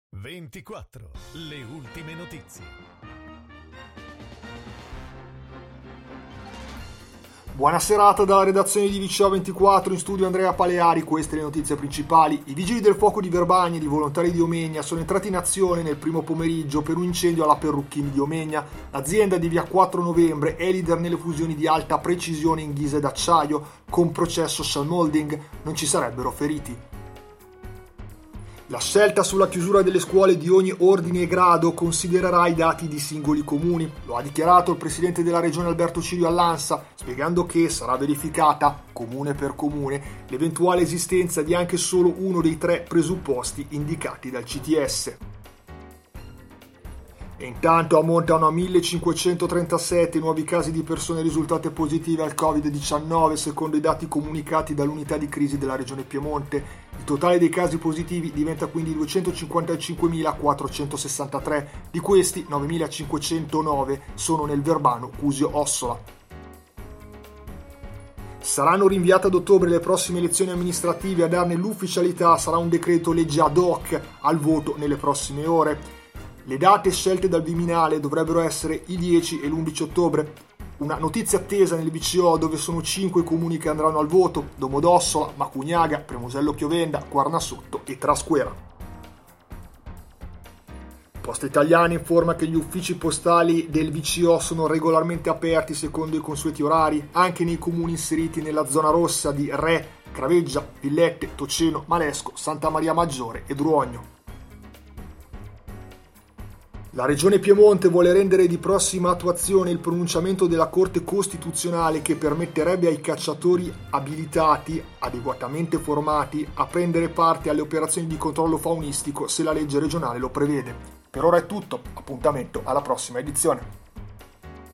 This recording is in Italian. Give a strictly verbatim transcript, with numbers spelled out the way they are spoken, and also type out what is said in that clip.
ventiquattro. Le ultime notizie. Buona serata dalla redazione di V C O ventiquattro, in studio Andrea Paleari. Queste le notizie principali. I vigili del fuoco di Verbania e di volontari di Omegna sono entrati in azione nel primo pomeriggio per un incendio alla Perrucchini di Omegna. L'azienda di via quattro novembre è leader nelle fusioni di alta precisione in ghise d'acciaio con processo shell molding. Non ci sarebbero feriti. La scelta sulla chiusura delle scuole di ogni ordine e grado considererà i dati di singoli comuni. Lo ha dichiarato il presidente della regione Alberto Cirio all'ANSA, spiegando che sarà verificata, comune per comune, l'eventuale esistenza di anche solo uno dei tre presupposti indicati dal C T S. E intanto ammontano a millecinquecentotrentasette i nuovi casi di persone risultate positive al covid diciannove, secondo i dati comunicati dall'unità di crisi della regione Piemonte. Il totale dei casi positivi diventa quindi duecentocinquantacinquemilaquattrocentosessantatré, di questi novemilacinquecentonove sono nel Verbano Cusio-Ossola. Saranno rinviate ad ottobre le prossime elezioni amministrative. A darne l'ufficialità sarà un decreto legge ad hoc al voto nelle prossime ore. Le date scelte dal Viminale dovrebbero essere il dieci e l'undici ottobre. Una notizia attesa nel V C O, dove sono cinque i comuni che andranno al voto: Domodossola, Macugnaga, Premusello Chiovenda, Quarnasotto e Trasquera. Poste Italiane informa che gli uffici postali del V C O sono regolarmente aperti secondo i consueti orari, anche nei comuni inseriti nella zona rossa di Re, Craveggia, Villette, Toceno, Malesco, Santa Maria Maggiore e Druogno. La Regione Piemonte vuole rendere di prossima attuazione il pronunciamento della Corte Costituzionale che permetterebbe ai cacciatori abilitati, adeguatamente formati, a prendere parte alle operazioni di controllo faunistico se la legge regionale lo prevede. Per ora è tutto, appuntamento alla prossima edizione.